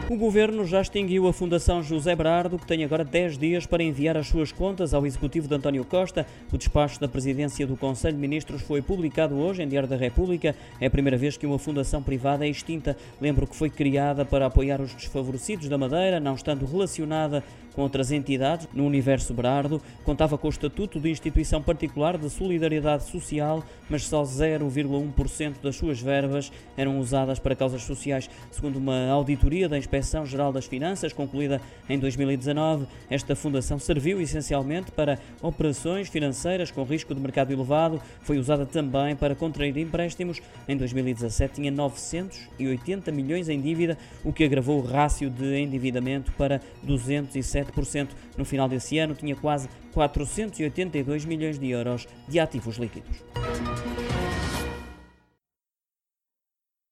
O Governo já extinguiu a Fundação José Brardo, que tem agora 10 dias para enviar as suas contas ao Executivo de António Costa. O despacho da Presidência do Conselho de Ministros foi publicado hoje em Diário da República. É a primeira vez que uma fundação privada é extinta. Lembro que foi criada para apoiar os desfavorecidos da Madeira, não estando relacionada com outras entidades no universo Brardo. Contava com o estatuto de instituição particular de solidariedade social, mas só 0,1% das suas verbas eram usadas para causas sociais, segundo uma auditoria da Inspeção-Geral das Finanças, concluída em 2019. Esta fundação serviu essencialmente para operações financeiras com risco de mercado elevado. Foi usada também para contrair empréstimos. Em 2017 tinha 980 milhões em dívida, o que agravou o rácio de endividamento para 207%. No final desse ano tinha quase 482 milhões de euros de ativos líquidos.